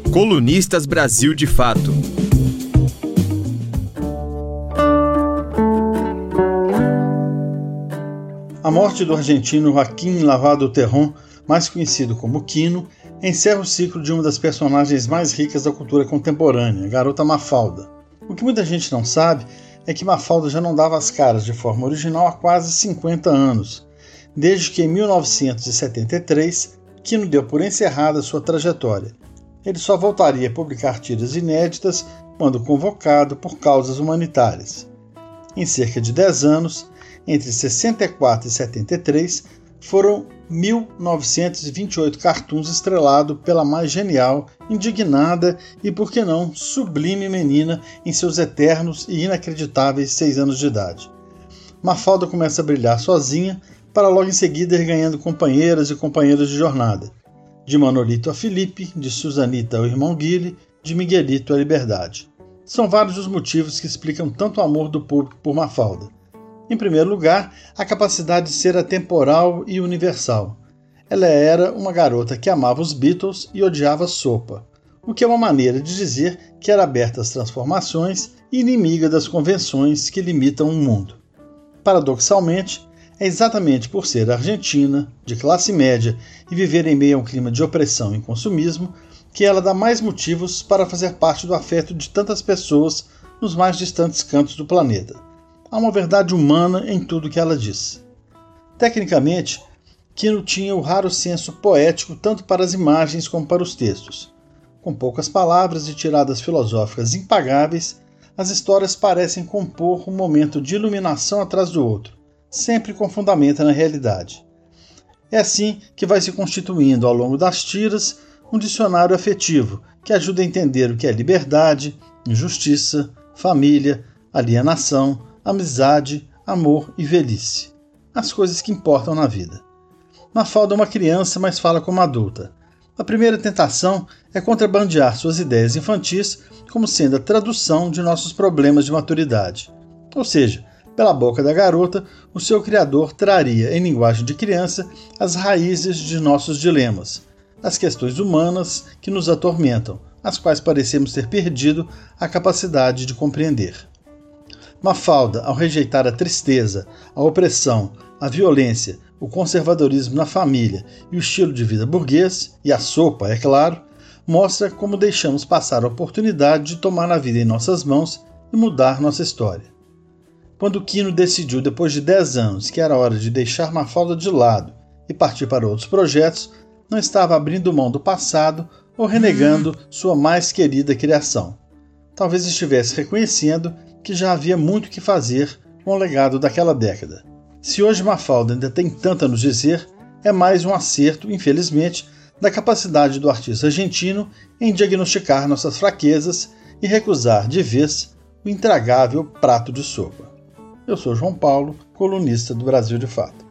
Colunistas Brasil de Fato. A morte do argentino Joaquín Lavado Terrón, mais conhecido como Quino, encerra o ciclo de uma das personagens mais ricas da cultura contemporânea, a garota Mafalda. O que muita gente não sabe é que Mafalda já não dava as caras de forma original há quase 50 anos, desde que em 1973 Quino deu por encerrada sua trajetória. Ele só voltaria a publicar tiras inéditas quando convocado por causas humanitárias. Em cerca de 10 anos, entre 64 e 73, foram 1.928 cartoons estrelados pela mais genial, indignada e, por que não, sublime menina em seus eternos e inacreditáveis 6 anos de idade. Mafalda começa a brilhar sozinha, para logo em seguida ir ganhando companheiras e companheiros de jornada. De Manolito a Felipe, de Suzanita ao irmão Guile, de Miguelito à Liberdade. São vários os motivos que explicam tanto o amor do público por Mafalda. Em primeiro lugar, a capacidade de ser atemporal e universal. Ela era uma garota que amava os Beatles e odiava sopa, o que é uma maneira de dizer que era aberta às transformações e inimiga das convenções que limitam o mundo. Paradoxalmente, é exatamente por ser argentina, de classe média e viver em meio a um clima de opressão e consumismo, que ela dá mais motivos para fazer parte do afeto de tantas pessoas nos mais distantes cantos do planeta. Há uma verdade humana em tudo que ela diz. Tecnicamente, Quino tinha o raro senso poético tanto para as imagens como para os textos. Com poucas palavras e tiradas filosóficas impagáveis, as histórias parecem compor um momento de iluminação atrás do outro, sempre com fundamento na realidade. É assim que vai se constituindo ao longo das tiras um dicionário afetivo que ajuda a entender o que é liberdade, injustiça, família, alienação, amizade, amor e velhice. As coisas que importam na vida. Mafalda é uma criança, mas fala como adulta. A primeira tentação é contrabandear suas ideias infantis como sendo a tradução de nossos problemas de maturidade. Ou seja, pela boca da garota, o seu criador traria, em linguagem de criança, as raízes de nossos dilemas, as questões humanas que nos atormentam, as quais parecemos ter perdido a capacidade de compreender. Mafalda, ao rejeitar a tristeza, a opressão, a violência, o conservadorismo na família e o estilo de vida burguês, e a sopa, é claro, mostra como deixamos passar a oportunidade de tomar a vida em nossas mãos e mudar nossa história. Quando Quino decidiu, depois de 10 anos, que era hora de deixar Mafalda de lado e partir para outros projetos, não estava abrindo mão do passado ou renegando sua mais querida criação. Talvez estivesse reconhecendo que já havia muito o que fazer com o legado daquela década. Se hoje Mafalda ainda tem tanto a nos dizer, é mais um acerto, infelizmente, da capacidade do artista argentino em diagnosticar nossas fraquezas e recusar de vez o intragável prato de sopa. Eu sou João Paulo, colunista do Brasil de Fato.